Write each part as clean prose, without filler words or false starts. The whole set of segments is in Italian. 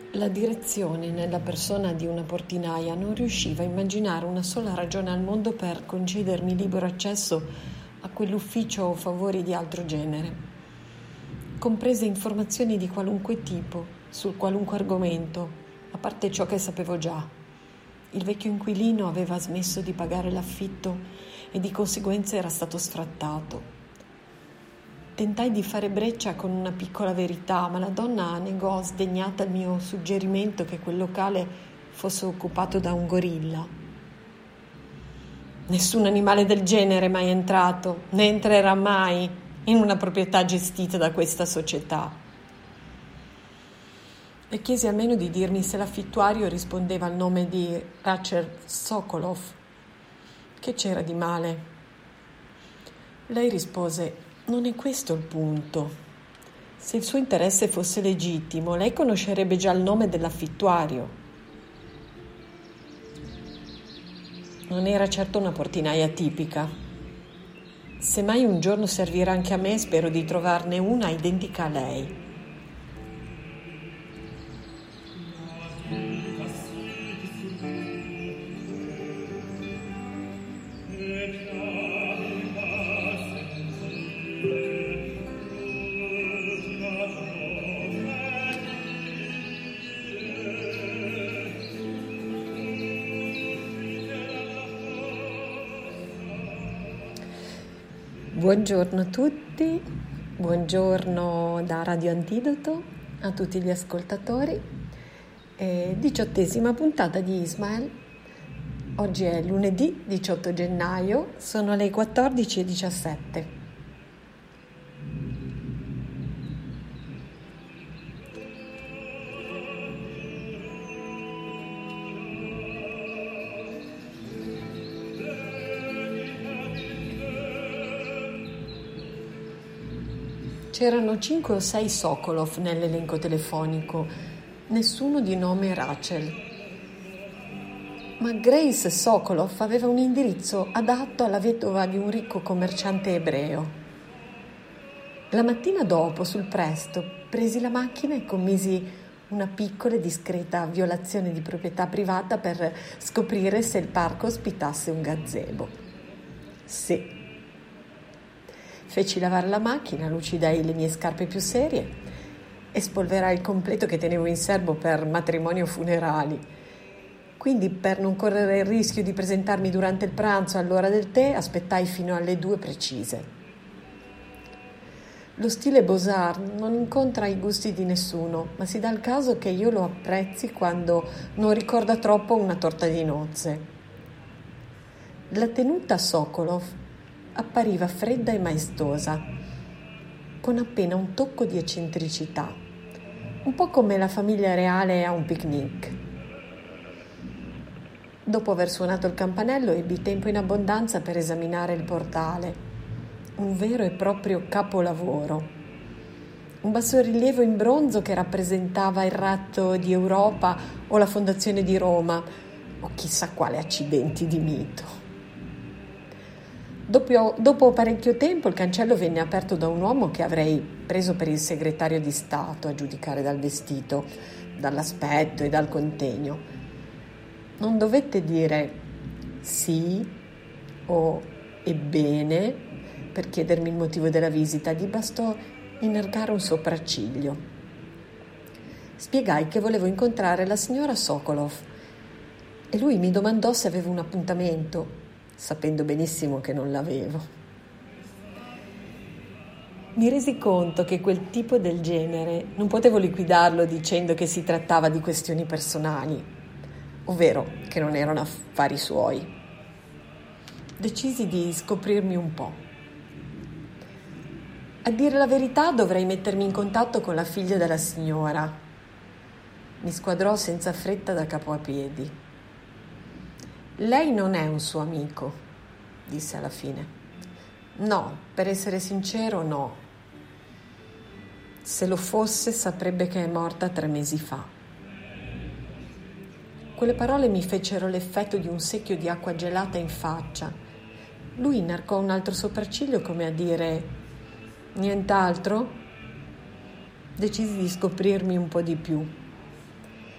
La direzione nella persona di una portinaia non riusciva a immaginare una sola ragione al mondo per concedermi libero accesso a quell'ufficio o favori di altro genere, comprese informazioni di qualunque tipo, sul qualunque argomento, a parte ciò che sapevo già. Il vecchio inquilino aveva smesso di pagare l'affitto e di conseguenza era stato sfrattato. Tentai di fare breccia con una piccola verità, ma la donna negò sdegnata il mio suggerimento che quel locale fosse occupato da un gorilla. Nessun animale del genere è mai entrato, né entrerà mai in una proprietà gestita da questa società. Le chiesi almeno di dirmi se l'affittuario rispondeva al nome di Rachel Sokolov. Che c'era di male? Lei rispose: non è questo il punto. Se il suo interesse fosse legittimo, lei conoscerebbe già il nome dell'affittuario. Non era certo una portinaia tipica. Se mai un giorno servirà anche a me, spero di trovarne una identica a lei. Buongiorno a tutti, buongiorno da Radio Antidoto a tutti gli ascoltatori. 18ª puntata di Ismael. Oggi è lunedì 18 gennaio, sono le 14:17. C'erano 5 o 6 Sokolov nell'elenco telefonico, nessuno di nome Rachel. Ma Grace Sokolov aveva un indirizzo adatto alla vedova di un ricco commerciante ebreo. La mattina dopo, sul presto, presi la macchina e commisi una piccola e discreta violazione di proprietà privata per scoprire se il parco ospitasse un gazebo. Sì. Feci lavare la macchina, lucidai le mie scarpe più serie e spolverai il completo che tenevo in serbo per matrimoni o funerali. Quindi, per non correre il rischio di presentarmi durante il pranzo all'ora del tè, aspettai fino alle 2 precise. Lo stile Beaux-Arts non incontra i gusti di nessuno, ma si dà il caso che io lo apprezzi quando non ricorda troppo una torta di nozze. La tenuta Sokolov appariva fredda e maestosa, con appena un tocco di eccentricità, un po' come la famiglia reale a un picnic. Dopo aver suonato il campanello, ebbi tempo in abbondanza per esaminare il portale, un vero e proprio capolavoro. Un bassorilievo in bronzo che rappresentava il Ratto di Europa o la Fondazione di Roma, o chissà quale accidenti di mito. Dopo parecchio tempo il cancello venne aperto da un uomo che avrei preso per il segretario di Stato, a giudicare dal vestito, dall'aspetto e dal contegno. Non dovette dire sì o ebbene per chiedermi il motivo della visita, gli bastò innergare un sopracciglio. Spiegai che volevo incontrare la signora Sokolov e lui mi domandò se avevo un appuntamento, sapendo benissimo che non l'avevo. Mi resi conto che quel tipo del genere non potevo liquidarlo dicendo che si trattava di questioni personali, ovvero che non erano affari suoi. Decisi di scoprirmi un po'. A dire la verità, dovrei mettermi in contatto con la figlia della signora. Mi squadrò senza fretta da capo a piedi. Lei non è un suo amico, disse alla fine. No, per essere sincero, no. Se lo fosse, saprebbe che è morta 3 mesi fa. Quelle parole mi fecero l'effetto di un secchio di acqua gelata in faccia. Lui inarcò un altro sopracciglio come a dire: nient'altro? Decisi di scoprirmi un po' di più.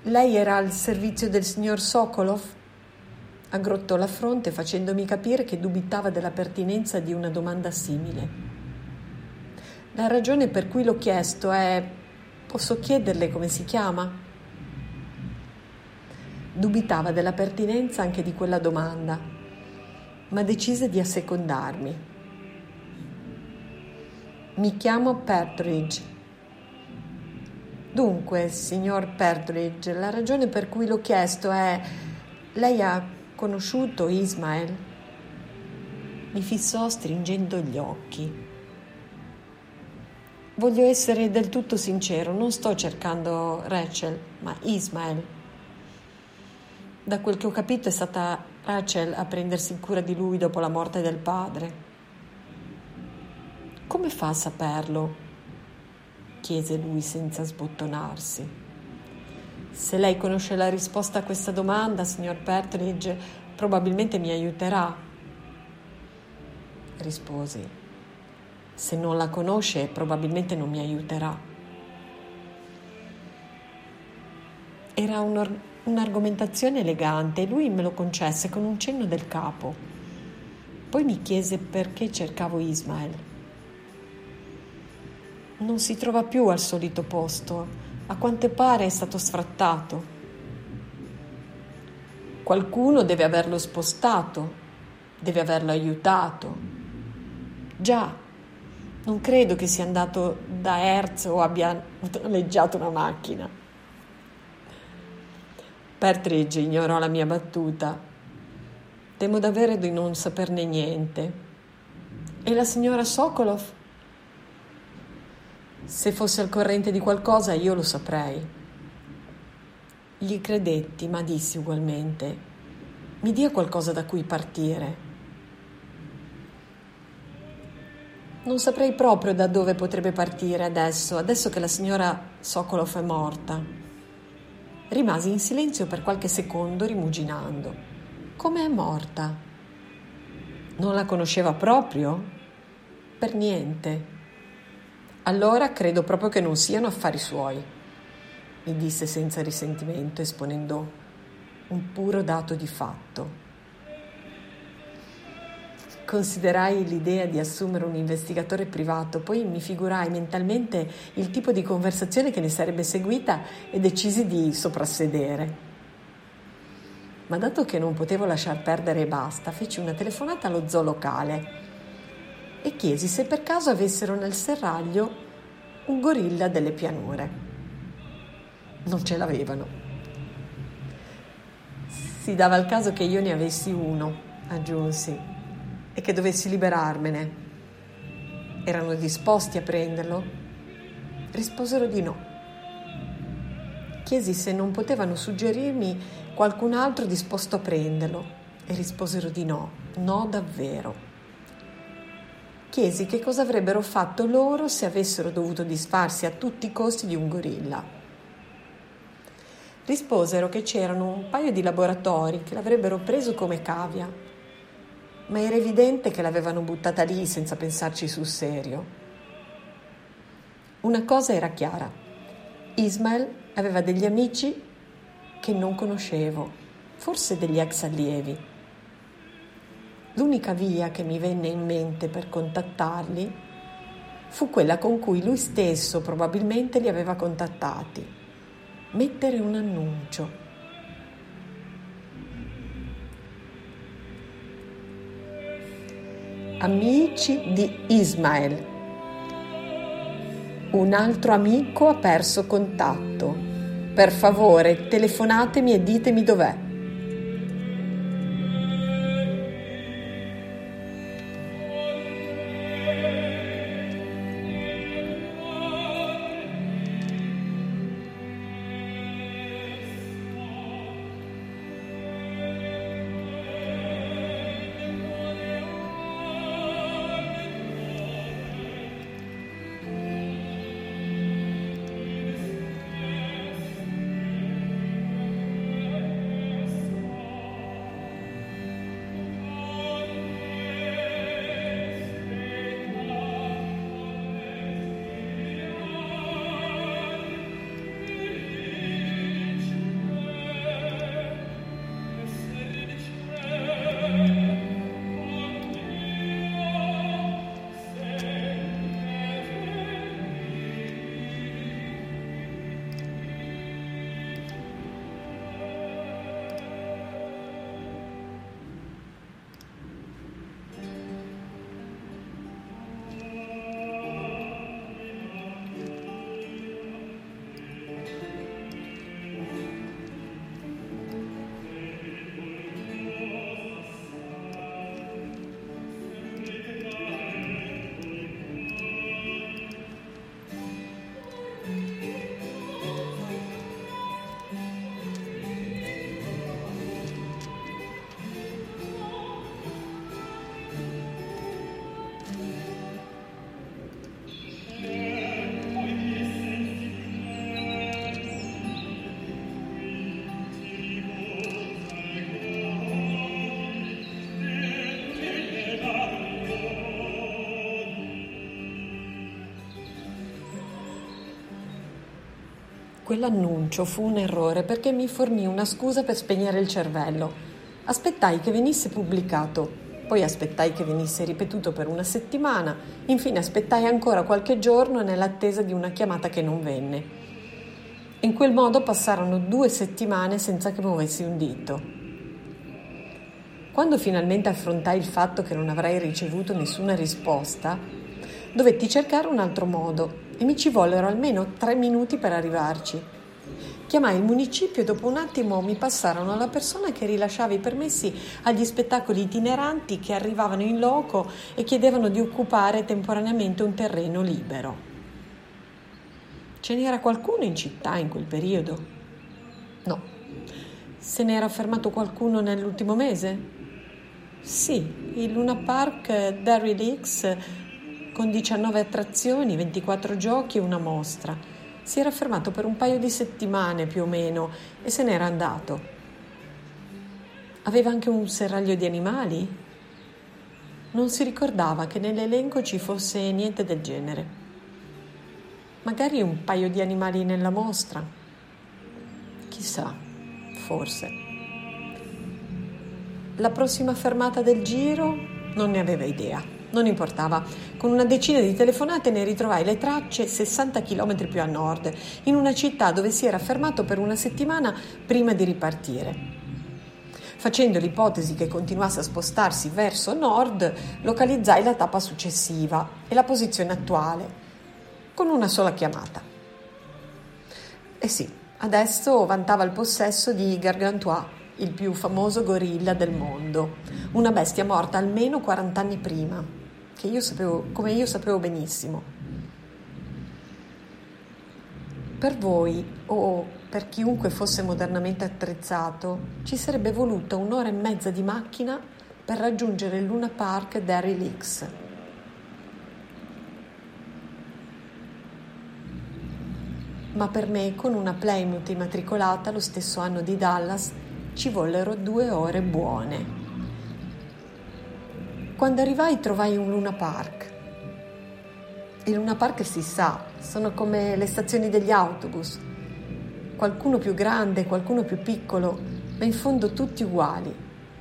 Lei era al servizio del signor Sokolov? Aggrottò la fronte facendomi capire che dubitava della pertinenza di una domanda simile. La ragione per cui l'ho chiesto è... Posso chiederle come si chiama? Dubitava della pertinenza anche di quella domanda, ma decise di assecondarmi. Mi chiamo Partridge. Dunque, signor Partridge, la ragione per cui l'ho chiesto è... Lei ha conosciuto Ismael? Mi fissò stringendo gli occhi. Voglio essere del tutto sincero, non sto cercando Rachel, ma Ismael. Da quel che ho capito è stata Rachel a prendersi cura di lui dopo la morte del padre. Come fa a saperlo? Chiese lui senza sbottonarsi. Se lei conosce la risposta a questa domanda, signor Partridge, probabilmente mi aiuterà. Risposi. Se non la conosce, probabilmente non mi aiuterà. Era un'argomentazione elegante e lui me lo concesse con un cenno del capo. Poi mi chiese perché cercavo Ismael. Non si trova più al solito posto. A quanto pare è stato sfrattato. Qualcuno deve averlo spostato, deve averlo aiutato. Già, non credo che sia andato da Hertz o abbia noleggiato una macchina. Partridge ignorò la mia battuta. Temo davvero di non saperne niente. E la signora Sokolov? Se fosse al corrente di qualcosa io lo saprei. Gli credetti, ma dissi ugualmente: mi dia qualcosa da cui partire. Non saprei proprio da dove potrebbe partire adesso che la signora Sokolov è morta. Rimasi in silenzio per qualche secondo rimuginando. Come è morta? Non la conosceva proprio? Per niente. Allora credo proprio che non siano affari suoi, mi disse senza risentimento, esponendo un puro dato di fatto. Considerai l'idea di assumere un investigatore privato, poi mi figurai mentalmente il tipo di conversazione che ne sarebbe seguita e decisi di soprassedere. Ma dato che non potevo lasciar perdere e basta, feci una telefonata allo zoo locale e chiesi se per caso avessero nel serraglio un gorilla delle pianure. Non ce l'avevano. Si dava il caso che io ne avessi uno, aggiunsi, e che dovessi liberarmene. Erano disposti a prenderlo? Risposero di no. Chiesi se non potevano suggerirmi qualcun altro disposto a prenderlo e risposero di no, no davvero. Chiesi che cosa avrebbero fatto loro se avessero dovuto disfarsi a tutti i costi di un gorilla. Risposero che c'erano un paio di laboratori che l'avrebbero preso come cavia, ma era evidente che l'avevano buttata lì senza pensarci sul serio. Una cosa era chiara: Ismael aveva degli amici che non conoscevo, forse degli ex allievi. L'unica via che mi venne in mente per contattarli fu quella con cui lui stesso probabilmente li aveva contattati: mettere un annuncio. Amici di Ismael. Un altro amico ha perso contatto. Per favore, telefonatemi e ditemi dov'è. Quell'annuncio fu un errore perché mi fornì una scusa per spegnere il cervello. Aspettai che venisse pubblicato, poi aspettai che venisse ripetuto per una settimana, infine aspettai ancora qualche giorno nell'attesa di una chiamata che non venne. In quel modo passarono 2 settimane senza che muovessi un dito. Quando finalmente affrontai il fatto che non avrei ricevuto nessuna risposta, dovetti cercare un altro modo e mi ci vollero almeno 3 minuti per arrivarci. Chiamai il municipio e dopo un attimo mi passarono alla persona che rilasciava i permessi agli spettacoli itineranti che arrivavano in loco e chiedevano di occupare temporaneamente un terreno libero. Ce n'era qualcuno in città in quel periodo? No. Se n'era fermato qualcuno nell'ultimo mese? Sì, il Luna Park Derry Lakes con 19 attrazioni, 24 giochi e una mostra. Si era fermato per un paio di settimane più o meno e se n'era andato. Aveva anche un serraglio di animali? Non si ricordava che nell'elenco ci fosse niente del genere. Magari un paio di animali nella mostra? Chissà, forse. La prossima fermata del giro non ne aveva idea. Non importava. Con una decina di telefonate ne ritrovai le tracce 60 chilometri più a nord, in una città dove si era fermato per una settimana prima di ripartire. Facendo l'ipotesi che continuasse a spostarsi verso nord, localizzai la tappa successiva e la posizione attuale, con una sola chiamata. E sì, adesso vantava il possesso di Gargantua, il più famoso gorilla del mondo, una bestia morta almeno 40 anni prima, come io sapevo benissimo. Per voi o per chiunque fosse modernamente attrezzato ci sarebbe voluta 1 ora e mezza di macchina per raggiungere il Luna Park Derry Lakes. Ma per me, con una Plymouth immatricolata lo stesso anno di Dallas, ci vollero 2 ore buone. Quando arrivai trovai un Luna Park. I Luna Park si sa, sono come le stazioni degli autobus. Qualcuno più grande, qualcuno più piccolo, ma in fondo tutti uguali.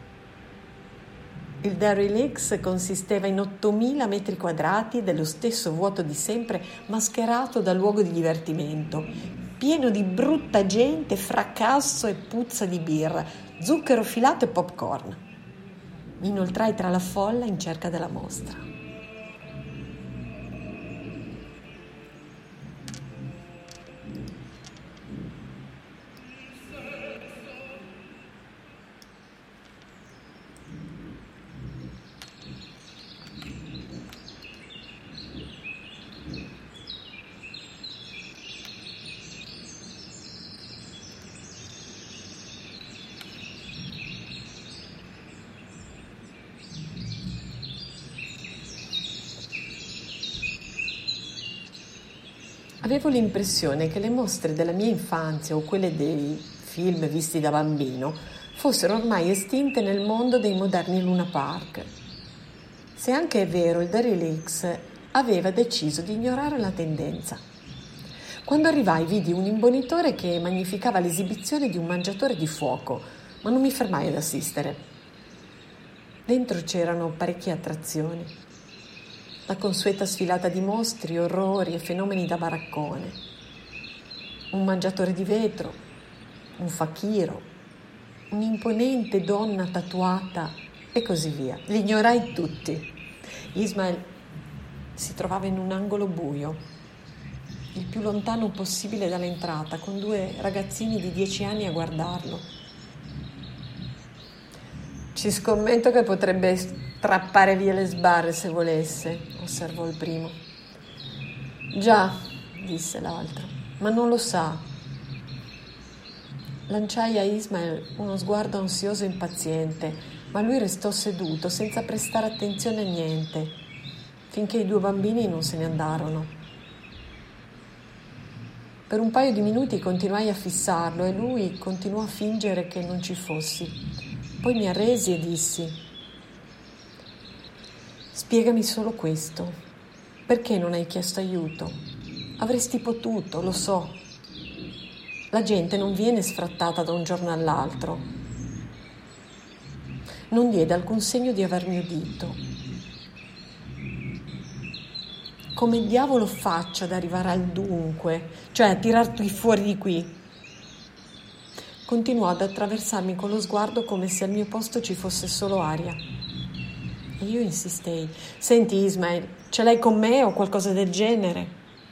Il Derry Lakes consisteva in 8.000 metri quadrati dello stesso vuoto di sempre, mascherato da luogo di divertimento, pieno di brutta gente, fracasso e puzza di birra, zucchero filato e popcorn. Mi inoltrai tra la folla in cerca della mostra. Avevo l'impressione che le mostre della mia infanzia o quelle dei film visti da bambino fossero ormai estinte nel mondo dei moderni Luna Park. Se anche è vero, il Derry Lakes aveva deciso di ignorare la tendenza. Quando arrivai vidi un imbonitore che magnificava l'esibizione di un mangiatore di fuoco, ma non mi fermai ad assistere. Dentro c'erano parecchie attrazioni. La consueta sfilata di mostri, orrori e fenomeni da baraccone. Un mangiatore di vetro, un fakiro, un'imponente donna tatuata e così via. Li ignorai tutti. Ismael si trovava in un angolo buio, il più lontano possibile dall'entrata, con 2 ragazzini di 10 anni a guardarlo. Ci scommetto che potrebbe strappare via le sbarre se volesse, osservò il primo. Già, disse l'altro, ma non lo sa. Lanciai a Ismael uno sguardo ansioso e impaziente, ma lui restò seduto senza prestare attenzione a niente, finché i 2 bambini non se ne andarono. Per un paio di minuti continuai a fissarlo e lui continuò a fingere che non ci fossi. Poi mi arresi e dissi: spiegami solo questo. Perché non hai chiesto aiuto? Avresti potuto, lo so. La gente non viene sfrattata da un giorno all'altro. Non diede alcun segno di avermi udito. Come diavolo faccio ad arrivare al dunque, cioè a tirarti fuori di qui? Continuò ad attraversarmi con lo sguardo come se al mio posto ci fosse solo aria. E io insistei: senti Ismael, ce l'hai con me o qualcosa del genere?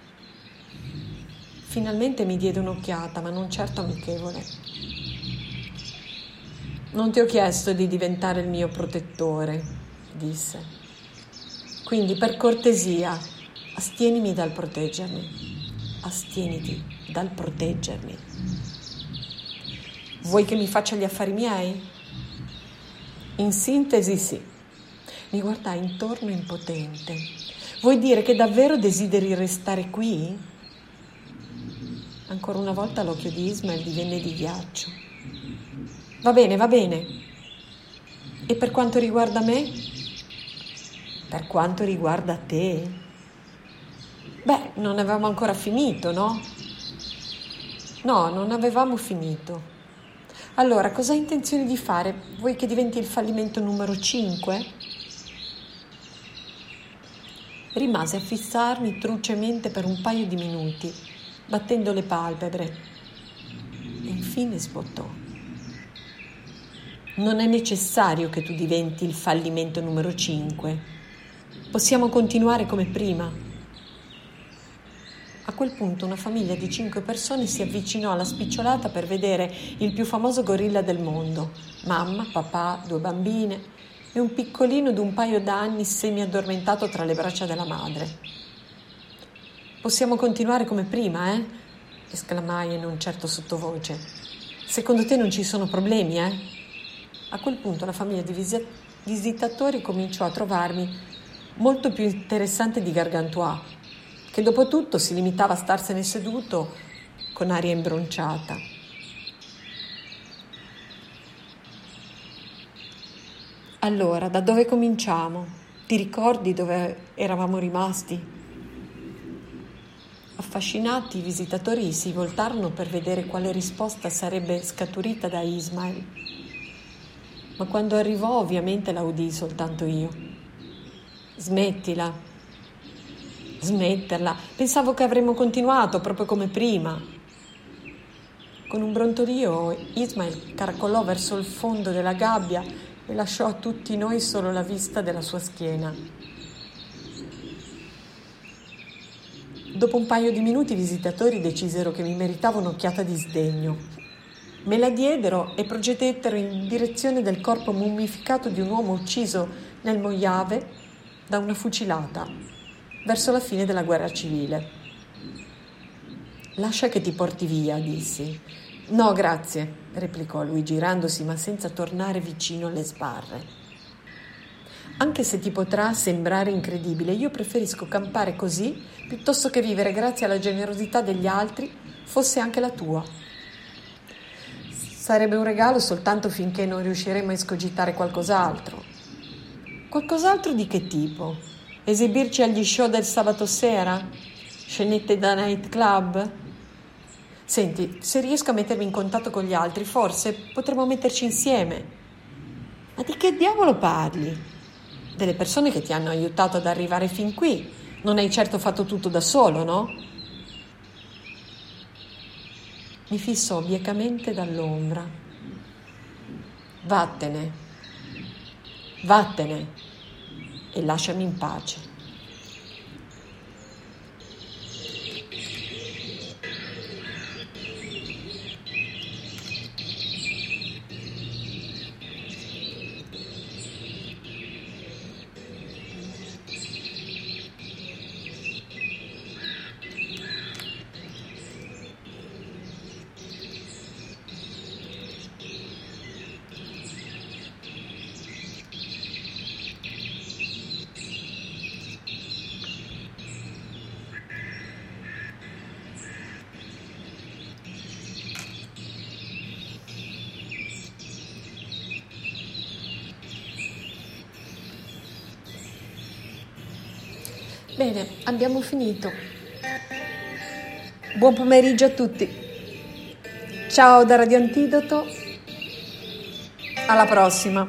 Finalmente mi diede un'occhiata, ma non certo amichevole. Non ti ho chiesto di diventare il mio protettore, disse. Quindi per cortesia, astienimi dal proteggermi. Astieniti dal proteggermi. Vuoi che mi faccia gli affari miei? In sintesi sì. Mi guardai intorno impotente. Vuoi dire che davvero desideri restare qui? Ancora una volta l'occhio di Ismael divenne di ghiaccio. Va bene, va bene. E per quanto riguarda me? Per quanto riguarda te? Beh, non avevamo ancora finito, no? No, non avevamo finito. Allora, cosa hai intenzione di fare? Vuoi che diventi il fallimento numero 5? Rimase a fissarmi trucemente per un paio di minuti, battendo le palpebre. E infine sbottò. Non è necessario che tu diventi il fallimento numero 5. Possiamo continuare come prima. A quel punto una famiglia di 5 persone si avvicinò alla spicciolata per vedere il più famoso gorilla del mondo. Mamma, papà, 2 bambine e un piccolino d'un paio d'anni semi-addormentato tra le braccia della madre. Possiamo continuare come prima, eh? Esclamai in un certo sottovoce. Secondo te non ci sono problemi, eh? A quel punto la famiglia di visitatori cominciò a trovarmi molto più interessante di Gargantua, che dopo tutto si limitava a starsene seduto con aria imbronciata. Allora, da dove cominciamo? Ti ricordi dove eravamo rimasti? Affascinati, i visitatori si voltarono per vedere quale risposta sarebbe scaturita da Ismael. Ma quando arrivò, ovviamente la udii soltanto io. Smetterla. Pensavo che avremmo continuato proprio come prima. Con un brontolio, Ismael caracolò verso il fondo della gabbia e lasciò a tutti noi solo la vista della sua schiena. Dopo un paio di minuti i visitatori decisero che mi meritavo un'occhiata di sdegno. Me la diedero e procedettero in direzione del corpo mummificato di un uomo ucciso nel Mojave da una fucilata, verso la fine della guerra civile. Lascia che ti porti via, dissi. No, grazie, replicò lui girandosi ma senza tornare vicino alle sbarre. Anche se ti potrà sembrare incredibile, io preferisco campare così piuttosto che vivere grazie alla generosità degli altri, fosse anche la tua. Sarebbe un regalo soltanto finché non riusciremo a escogitare qualcos'altro. Qualcos'altro di che tipo? Esibirci agli show del sabato sera? Scenette da night club? Senti, se riesco a mettermi in contatto con gli altri, forse potremmo metterci insieme. Ma di che diavolo parli? Delle persone che ti hanno aiutato ad arrivare fin qui. Non hai certo fatto tutto da solo, no? Mi fissò biecamente dall'ombra. Vattene e lasciami in pace. Bene, abbiamo finito. Buon pomeriggio a tutti. Ciao da Radio Antidoto, alla prossima.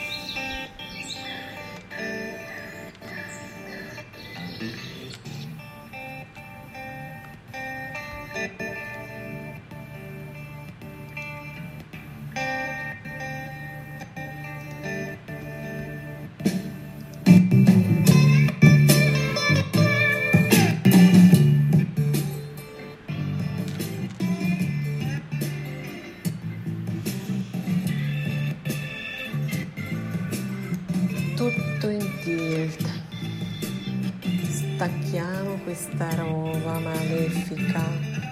Tutto in tilt. Stacchiamo questa roba malefica.